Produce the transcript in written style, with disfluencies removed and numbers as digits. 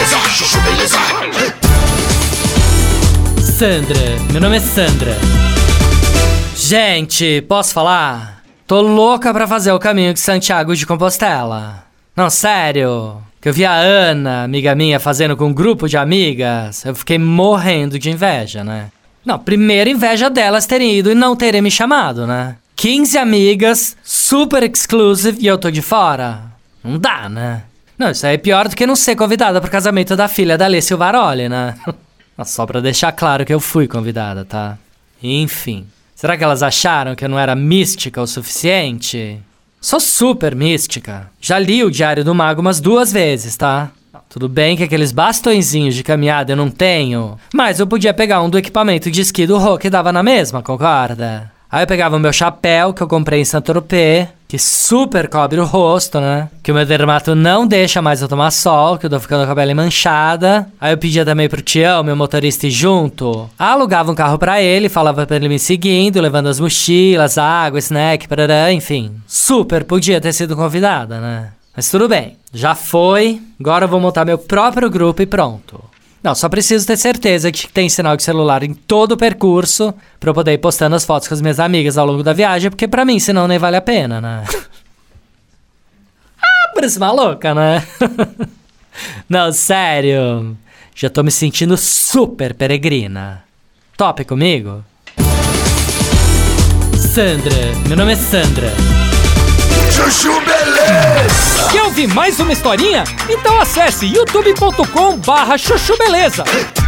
beleza, chuchu beleza. Sandra, meu nome é Sandra. Gente, posso falar? Tô louca pra fazer o caminho de Santiago de Compostela. Não, sério. Que eu vi a Ana, amiga minha, fazendo com um grupo de amigas. Eu fiquei morrendo de inveja, né? Não, primeiro inveja delas terem ido e não terem me chamado, né? 15 amigas, super exclusive, e eu tô de fora. Não dá, né? Não, isso aí é pior do que não ser convidada pro casamento da filha da Alê Silvaroli, né? Só pra deixar claro que eu fui convidada, tá? Enfim. Será que elas acharam que eu não era mística o suficiente? Sou super mística. Já li o Diário do Mago umas 2 vezes, tá? Tudo bem que aqueles bastõezinhos de caminhada eu não tenho, mas eu podia pegar um do equipamento de esqui do Rô que dava na mesma, concorda? Aí eu pegava o meu chapéu que eu comprei em Saint-Tropez, que super cobre o rosto, né? Que o meu dermato não deixa mais eu tomar sol, que eu tô ficando com a pele manchada. Aí eu pedia também pro Tião, meu motorista, ir junto. Alugava um carro pra ele, falava pra ele me seguindo, levando as mochilas, água, snack, parará, enfim. Super podia ter sido convidada, né? Mas tudo bem, já foi. Agora eu vou montar meu próprio grupo e pronto. Não, só preciso ter certeza de que tem sinal de celular em todo o percurso pra eu poder ir postando as fotos com as minhas amigas ao longo da viagem, porque pra mim, senão nem vale a pena, né? Parece maluca, né? Não, sério. Já tô me sentindo super peregrina. Top comigo? Sandra, meu nome é Sandra. Chuchu beleza. Quer ouvir mais uma historinha? Então acesse youtube.com/chuchubeleza.